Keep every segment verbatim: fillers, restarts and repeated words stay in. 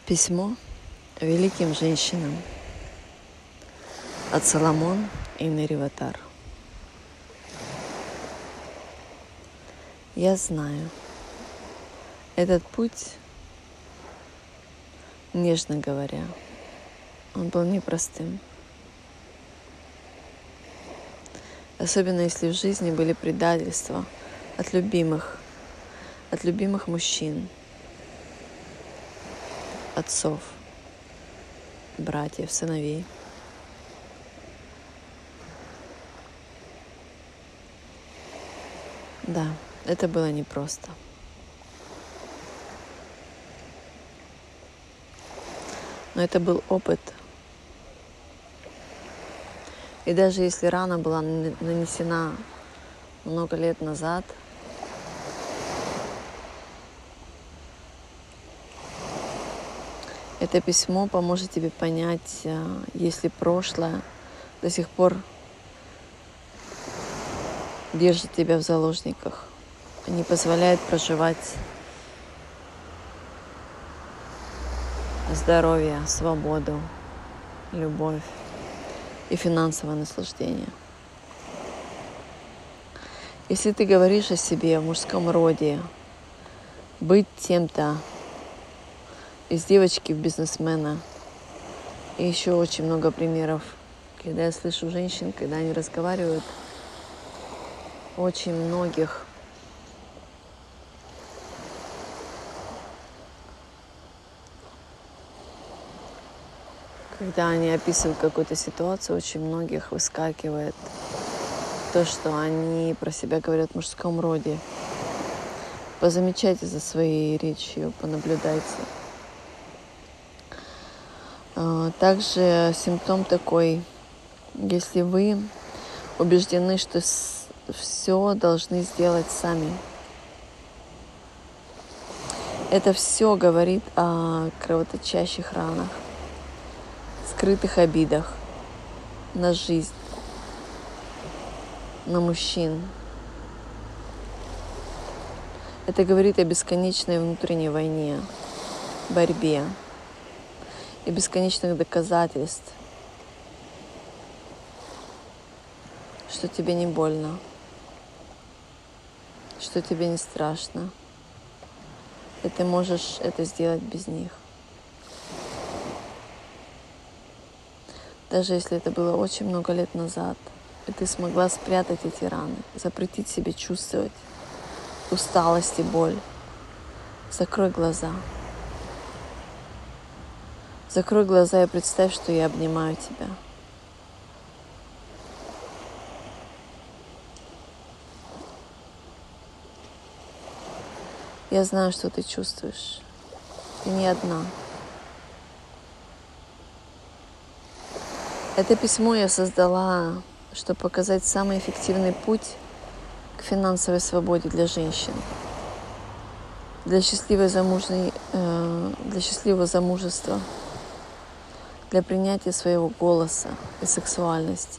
Письмо великим женщинам от Соломон и Мериватар. Я знаю, этот путь, нежно говоря, он был непростым. Особенно если в жизни были предательства от любимых, от любимых мужчин, отцов, братьев, сыновей. Да, это было непросто. Но это был опыт. И даже если рана была нанесена много лет назад, это письмо поможет тебе понять, если прошлое до сих пор держит тебя в заложниках, не позволяет проживать здоровье, свободу, любовь и финансовое наслаждение. Если ты говоришь о себе в мужском роде, быть тем-то, из девочки в бизнесмена, и еще очень много примеров, когда я слышу женщин, когда они разговаривают, очень многих когда они описывают какую-то ситуацию, очень многих выскакивает то, что они про себя говорят в мужском роде. Позамечайте за своей речью, понаблюдайте. Также симптом такой, если вы убеждены, что все должны сделать сами. Это все говорит о кровоточащих ранах, скрытых обидах на жизнь, на мужчин. Это говорит о бесконечной внутренней войне, борьбе и бесконечных доказательств, что тебе не больно, что тебе не страшно, и ты можешь это сделать без них. Даже если это было очень много лет назад, и ты смогла спрятать эти раны, запретить себе чувствовать усталость и боль, закрой глаза. Закрой глаза и представь, что я обнимаю тебя. Я знаю, что ты чувствуешь. Ты не одна. Это письмо я создала, чтобы показать самый эффективный путь к финансовой свободе для женщин, для счастливой замужней, э, для счастливого замужества, для принятия своего голоса и сексуальности,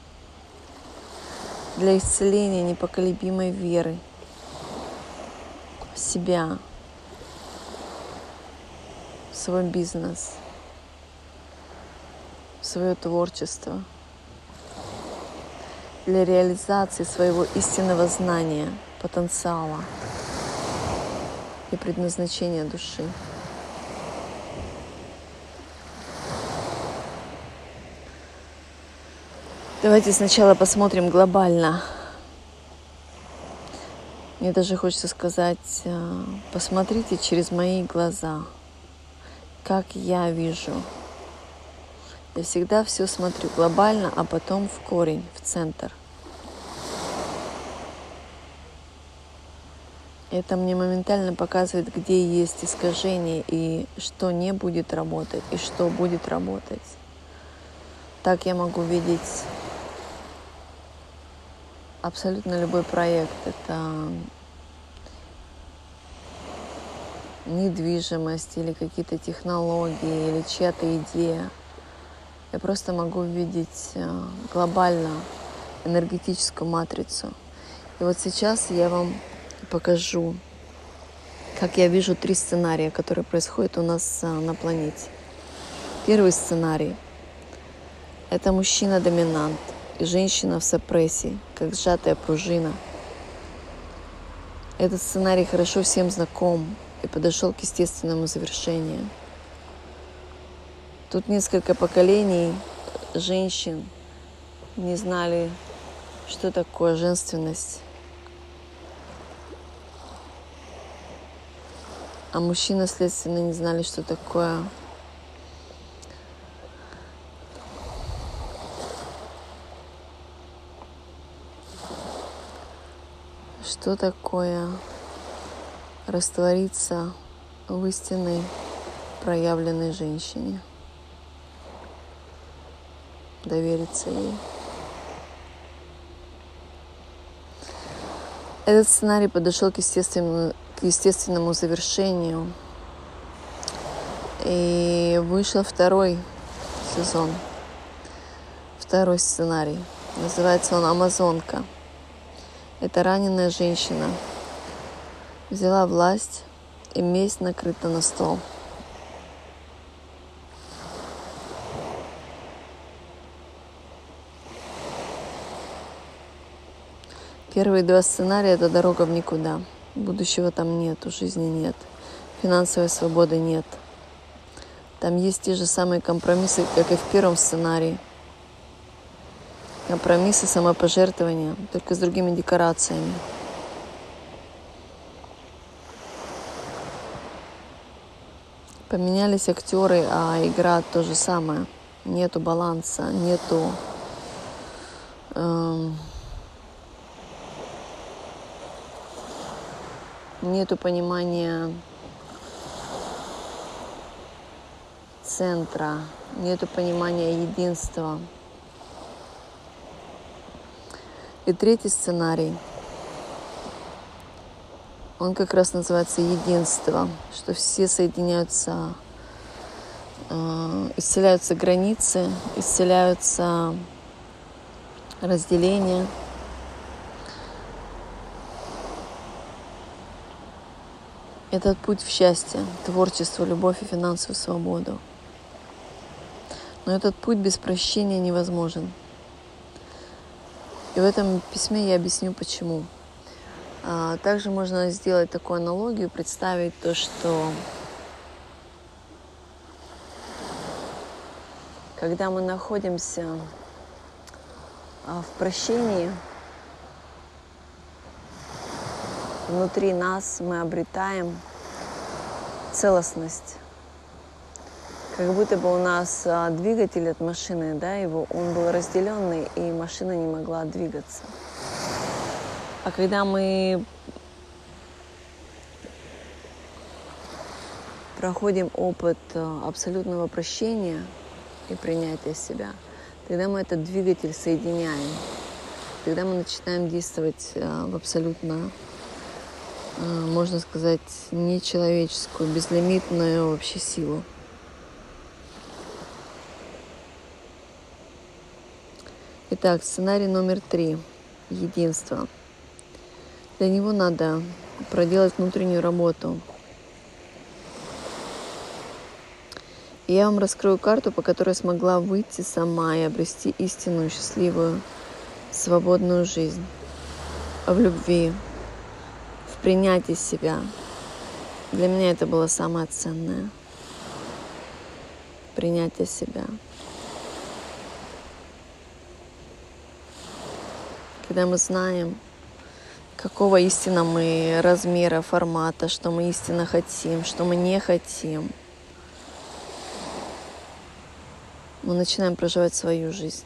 для исцеления непоколебимой веры в себя, в свой бизнес, в свое творчество, для реализации своего истинного знания, потенциала и предназначения души. Давайте сначала посмотрим глобально. Мне даже хочется сказать, посмотрите через мои глаза, как я вижу. Я всегда все смотрю глобально, а потом в корень, в центр. Это мне моментально показывает, где есть искажение и что не будет работать, и что будет работать. Так я могу видеть абсолютно любой проект. Это недвижимость или какие-то технологии, или чья-то идея. Я просто могу видеть глобально энергетическую матрицу. И вот сейчас я вам покажу, как я вижу, три сценария, которые происходят у нас на планете. Первый сценарий – это мужчина-доминант и женщина в сопрессии, как сжатая пружина. Этот сценарий хорошо всем знаком и подошел к естественному завершению. Тут несколько поколений женщин не знали, что такое женственность. А мужчины, следственно, не знали, что такое что такое раствориться в истинной проявленной женщине, довериться ей. Этот сценарий подошел к естественному, к естественному завершению, и вышел второй сезон, второй сценарий. Называется он «Амазонка». Это раненая женщина взяла власть, и месть накрыта на стол. Первые два сценария – это дорога в никуда. Будущего там нет, у жизни нет. Финансовой свободы нет. Там есть те же самые компромиссы, как и в первом сценарии. Компромиссы, самопожертвования, только с другими декорациями. Поменялись актеры, а игра то же самое. Нету баланса, нету эм, нету понимания центра, нету понимания единства. И третий сценарий, он как раз называется «Единство», что все соединяются, э, исцеляются границы, исцеляются разделения. Этот путь в счастье, творчество, любовь и финансовую свободу. Но этот путь без прощения невозможен. И в этом письме я объясню, почему. А также можно сделать такую аналогию, представить то, что когда мы находимся в прощении, внутри нас мы обретаем целостность. Как будто бы у нас двигатель от машины, да, его, он был разделенный, и машина не могла двигаться. А когда мы проходим опыт абсолютного прощения и принятия себя, тогда мы этот двигатель соединяем. Тогда мы начинаем действовать в абсолютно, можно сказать, нечеловеческую, безлимитную вообще силу. Итак, сценарий номер три. Единство. Для него надо проделать внутреннюю работу. И я вам раскрою карту, по которой смогла выйти сама и обрести истинную, счастливую, свободную жизнь. В любви, в принятии себя. Для меня это было самое ценное. Принятие себя. Когда мы знаем, какого истинно мы размера, формата, что мы истинно хотим, что мы не хотим, мы начинаем проживать свою жизнь.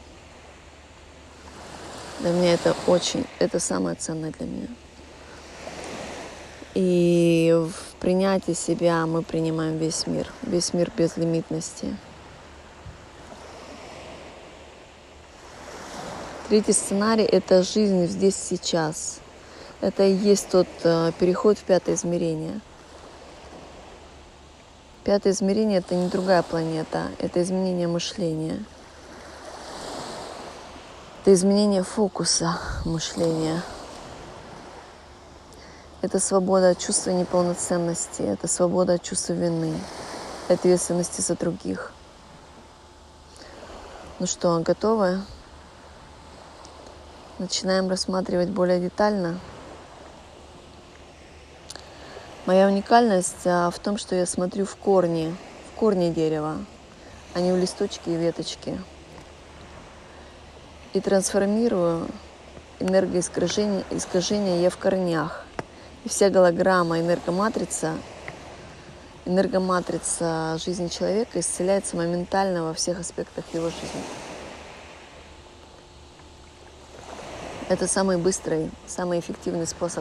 Для меня это очень, это самое ценное для меня. И в принятии себя мы принимаем весь мир, весь мир безлимитности. Третий сценарий – это жизнь здесь, сейчас. Это и есть тот э, переход в пятое измерение. Пятое измерение – это не другая планета, это изменение мышления. Это изменение фокуса мышления. Это свобода от чувства неполноценности, это свобода от чувства вины, ответственности за других. Ну что, готовы? Начинаем рассматривать более детально. Моя уникальность в том, что я смотрю в корни, в корни дерева, а не в листочки и веточки. И трансформирую энергоискажение искажение я в корнях. И вся голограмма, энергоматрица, энергоматрица жизни человека исцеляется моментально во всех аспектах его жизни. Это самый быстрый, самый эффективный способ.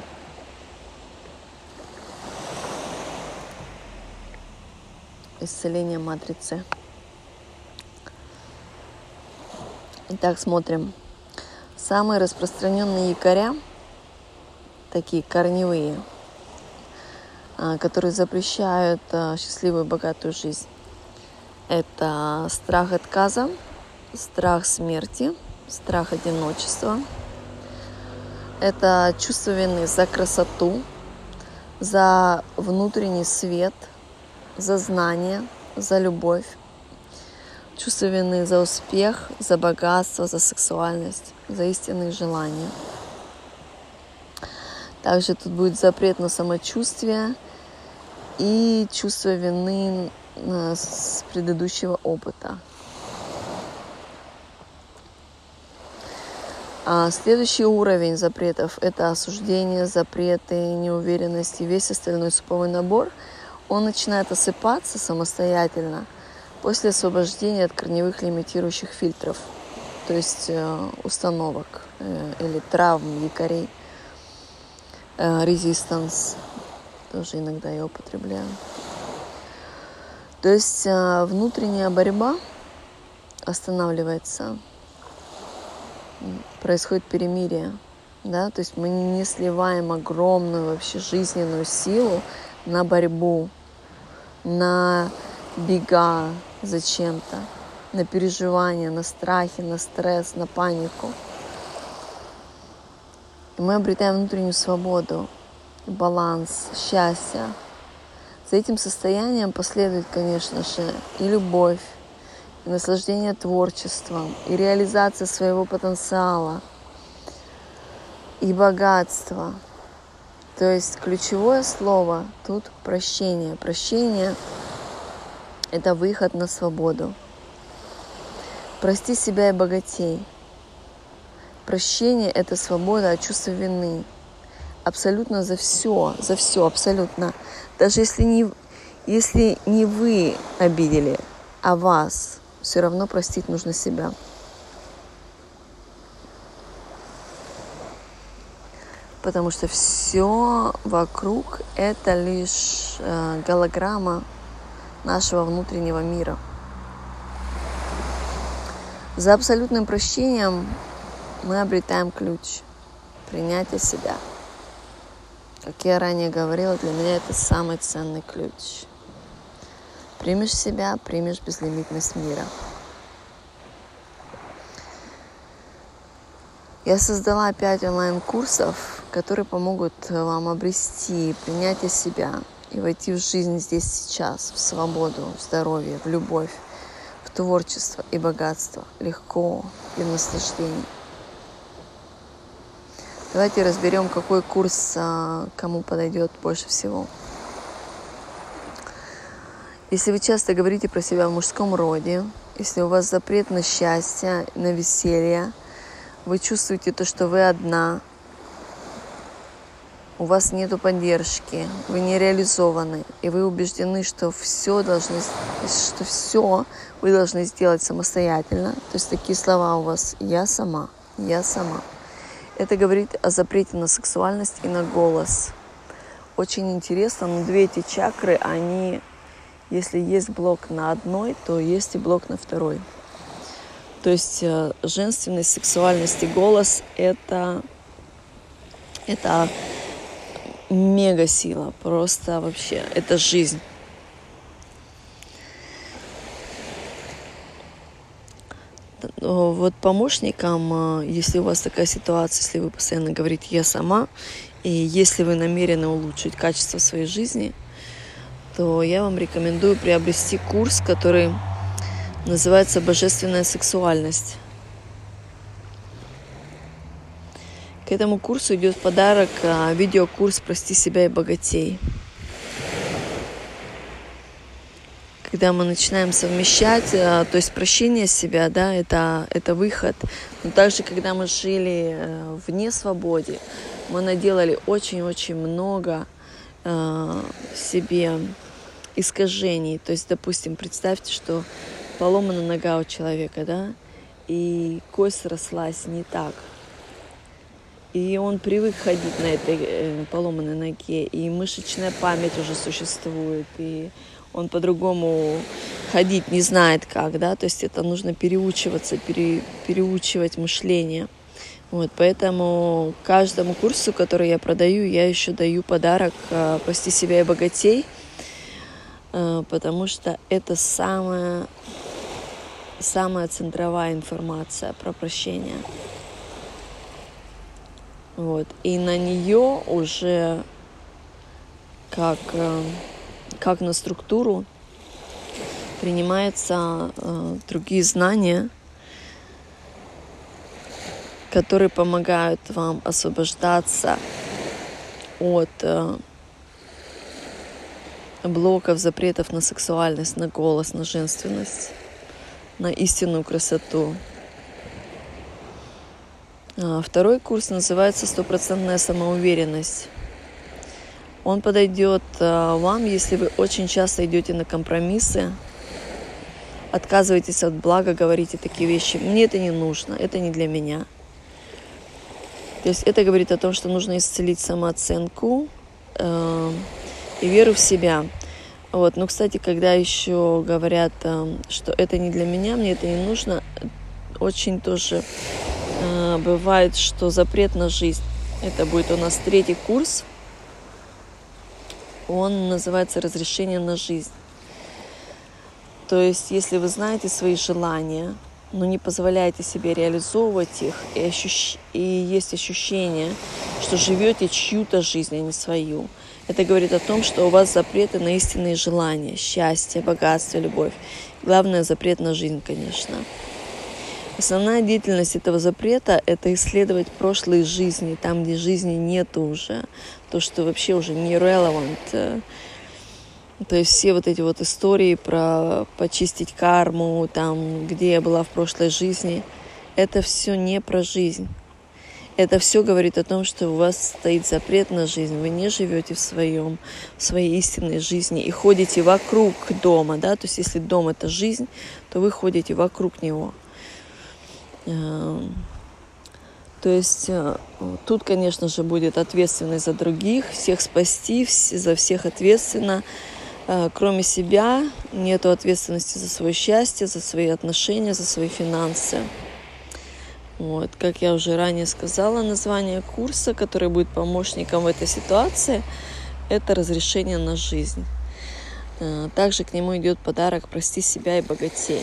Исцеления матрицы. Итак, смотрим. Самые распространенные якоря, такие корневые, которые запрещают счастливую богатую жизнь, это страх отказа, страх смерти, страх одиночества, это чувство вины за красоту, за внутренний свет, за знание, за любовь, чувство вины за успех, за богатство, за сексуальность, за истинные желания. Также тут будет запрет на самочувствие и чувство вины с предыдущего опыта. А следующий уровень запретов – это осуждение, запреты, неуверенность и весь остальной суповой набор. Он начинает осыпаться самостоятельно после освобождения от корневых лимитирующих фильтров, то есть э, установок э, или травм, якорей. Резистанс, тоже иногда я употребляю. То есть э, внутренняя борьба останавливается, происходит перемирие, да, то есть мы не сливаем огромную вообще жизненную силу на борьбу, на бега за чем-то, на переживания, на страхи, на стресс, на панику. И мы обретаем внутреннюю свободу, баланс, счастье. За этим состоянием последует, конечно же, и любовь, и наслаждение творчеством, и реализация своего потенциала, и богатство. То есть ключевое слово тут прощение. Прощение – это выход на свободу. Прости себя и богатей. Прощение – это свобода от чувства вины. Абсолютно за все, за все, абсолютно. Даже если не, если не вы обидели, а вас, все равно простить нужно себя. Потому что все вокруг – это лишь э, голограмма нашего внутреннего мира. За абсолютным прощением мы обретаем ключ принятия себя. Как я ранее говорила, для меня это самый ценный ключ. Примешь себя, примешь безлимитность мира. Я создала пять онлайн-курсов, которые помогут вам обрести принятие себя и войти в жизнь здесь сейчас, в свободу, в здоровье, в любовь, в творчество и богатство, легко и в наслаждении. Давайте разберем, какой курс а, кому подойдет больше всего. Если вы часто говорите про себя в мужском роде, если у вас запрет на счастье, на веселье, вы чувствуете то, что вы одна, у вас нету поддержки, вы не реализованы, и вы убеждены, что все должны, что все вы должны сделать самостоятельно. То есть такие слова у вас: я сама, я сама. Это говорит о запрете на сексуальность и на голос. Очень интересно, но две эти чакры, они, если есть блок на одной, то есть и блок на второй. То есть женственность, сексуальность и голос – это, это мега сила, просто вообще, это жизнь. Вот помощникам, если у вас такая ситуация, если вы постоянно говорите «я сама», И если вы намерены улучшить качество своей жизни, то я вам рекомендую приобрести курс, который называется «Божественная сексуальность». К этому курсу идет в подарок видеокурс «Прости себя и богатей». Когда мы начинаем совмещать, то есть прощение себя, да, это, это выход. Но также, когда мы жили вне свободы, мы наделали очень-очень много э, себе искажений. То есть, допустим, представьте, что поломана нога у человека, да, и кость срослась не так. И он привык ходить на этой э, поломанной ноге, и мышечная память уже существует, и он по-другому ходить не знает как, да, то есть это нужно переучиваться, пере, переучивать мышление. Вот, поэтому каждому курсу, который я продаю, я еще даю подарок «Прости себя и богатей», потому что это самая, самая центровая информация про прощение. Вот, и на нее уже как, как на структуру принимаются другие знания, которые помогают вам освобождаться от э, блоков, запретов на сексуальность, на голос, на женственность, на истинную красоту. А второй курс называется «Стопроцентная самоуверенность». Он подойдет э, вам, если вы очень часто идете на компромиссы, отказываетесь от блага, говорите такие вещи: «Мне это не нужно, это не для меня». То есть это говорит о том, что нужно исцелить самооценку э, и веру в себя. Вот. Но, кстати, когда еще говорят, э, что это не для меня, мне это не нужно, очень тоже э, бывает, что запрет на жизнь. Это будет у нас третий курс. Он называется «Разрешение на жизнь». То есть, если вы знаете свои желания, но не позволяете себе реализовывать их, и, ощущ... и есть ощущение, что живете чью-то жизнь, а не свою. Это говорит о том, что у вас запреты на истинные желания, счастье, богатство, любовь. Главное, запрет на жизнь, конечно. Основная деятельность этого запрета – это исследовать прошлые жизни, там, где жизни нету уже, то, что вообще уже не relevant. То есть все вот эти вот истории про почистить карму, там, где я была в прошлой жизни, это все не про жизнь. Это все говорит о том, что у вас стоит запрет на жизнь, вы не живете в своем, в своей истинной жизни и ходите вокруг дома, да, то есть если дом — это жизнь, то вы ходите вокруг него. То есть тут, конечно же, будет ответственность за других, всех спасти, за всех ответственно. Кроме себя нету ответственности за свое счастье, за свои отношения, за свои финансы. Вот. Как я уже ранее сказала, название курса, который будет помощником в этой ситуации, это «Разрешение на жизнь». Также к нему идет подарок «Прости себя и богатей».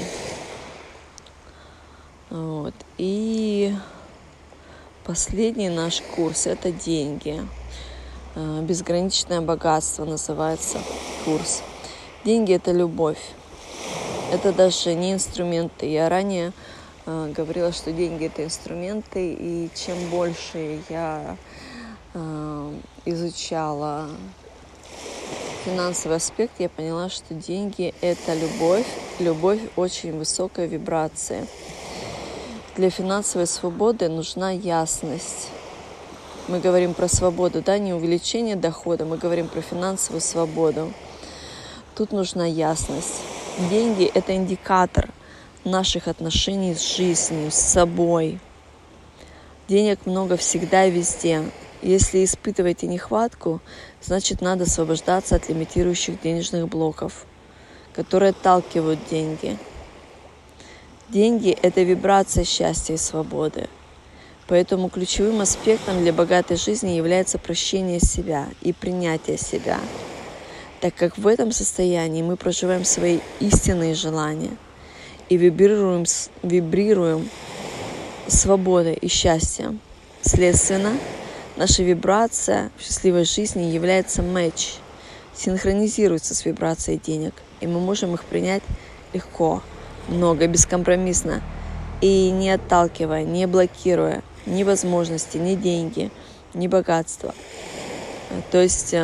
Вот. И последний наш курс – это «Деньги». «Безграничное богатство» называется курс. Деньги – это любовь. Это даже не инструменты. Я ранее э, говорила, что деньги – это инструменты, и чем больше я э, изучала финансовый аспект, я поняла, что деньги – это любовь. Любовь очень высокой вибрации. Для финансовой свободы нужна ясность. Мы говорим про свободу, да, не увеличение дохода, мы говорим про финансовую свободу. Тут нужна ясность. Деньги – это индикатор наших отношений с жизнью, с собой. Денег много всегда и везде. Если испытываете нехватку, значит, надо освобождаться от лимитирующих денежных блоков, которые отталкивают деньги. Деньги – это вибрация счастья и свободы. Поэтому ключевым аспектом для богатой жизни является прощение себя и принятие себя, так как в этом состоянии мы проживаем свои истинные желания и вибрируем, вибрируем свободой и счастьем. Следственно, Наша вибрация в счастливой жизни является матч, синхронизируется с вибрацией денег, и мы можем их принять легко, много, бескомпромиссно, и не отталкивая, не блокируя ни возможности, ни деньги, ни богатство. То есть,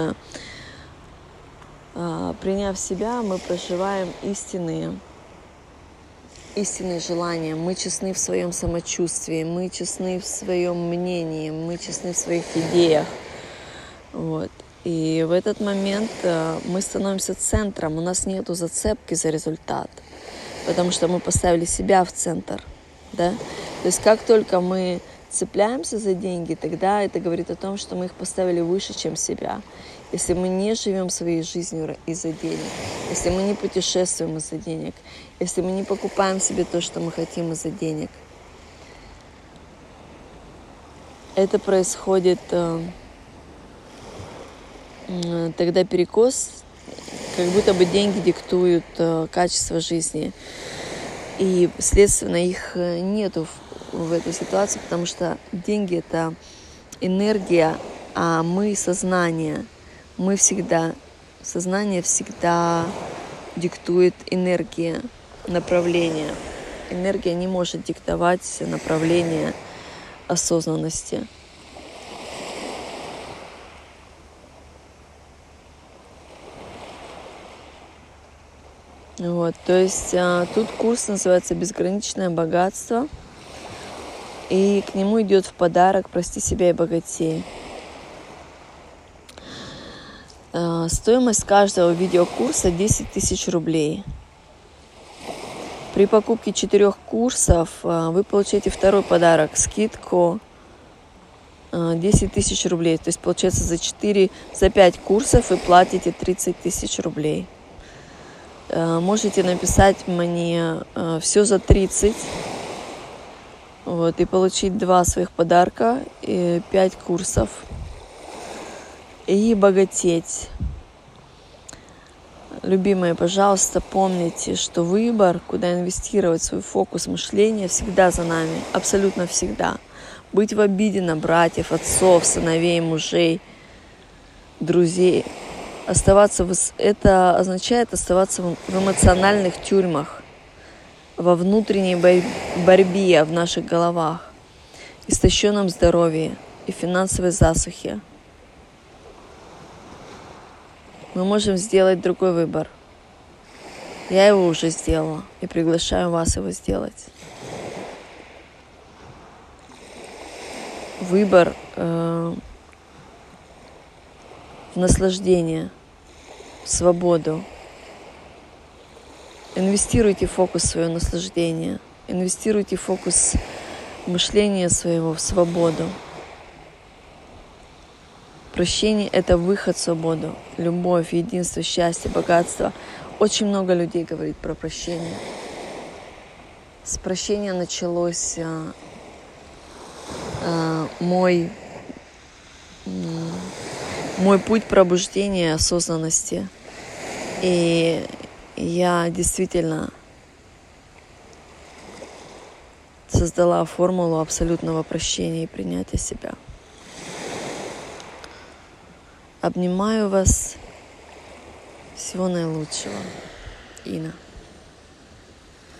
приняв себя, мы проживаем истинные, истинные желания, мы честны в своем самочувствии, мы честны в своем мнении, мы честны в своих идеях. Вот. И в этот момент мы становимся центром, у нас нету зацепки за результат, потому что мы поставили себя в центр. Да? То есть как только мы цепляемся за деньги, тогда это говорит о том, что мы их поставили выше, чем себя. Если мы не живем своей жизнью из-за денег, если мы не путешествуем из-за денег, если мы не покупаем себе то, что мы хотим из-за денег, это происходит э, э, тогда перекос, как будто бы деньги диктуют э, качество жизни. И, следственно, их нету в, в этой ситуации, потому что деньги — это энергия, а мы — сознание. Мы всегда, сознание всегда диктует энергия, направление. Энергия не может диктовать направление осознанности. Вот, то есть а, тут курс называется «Безграничное богатство», и к нему идет в подарок «Прости себя и богатей». А, стоимость каждого видеокурса десять тысяч рублей. При покупке четырех курсов а, вы получаете второй подарок, скидку а, десять тысяч рублей. То есть получается за четыре, за пять курсов вы платите тридцать тысяч рублей. Можете написать мне все за тридцать, вот, и получить два своих подарка, и пять курсов, и богатеть. Любимые, пожалуйста, помните, что выбор, куда инвестировать свой фокус мышления, всегда за нами, абсолютно всегда. Быть в обиде на братьев, отцов, сыновей, мужей, друзей. Оставаться в, это означает оставаться в эмоциональных тюрьмах, во внутренней борьбе в наших головах, истощенном здоровье и финансовой засухе. Мы можем сделать другой выбор. Я его уже сделала и приглашаю вас его сделать. Выбор э, в наслаждение, в свободу. Инвестируйте фокус в свое наслаждение. Инвестируйте фокус мышления своего в свободу. Прощение — это выход в свободу. Любовь, единство, счастье, богатство. Очень много людей говорит про прощение. С прощения началось а, а, мой, мой путь пробуждения осознанности. И я действительно создала формулу абсолютного прощения и принятия себя. Обнимаю вас. Всего наилучшего. Ина.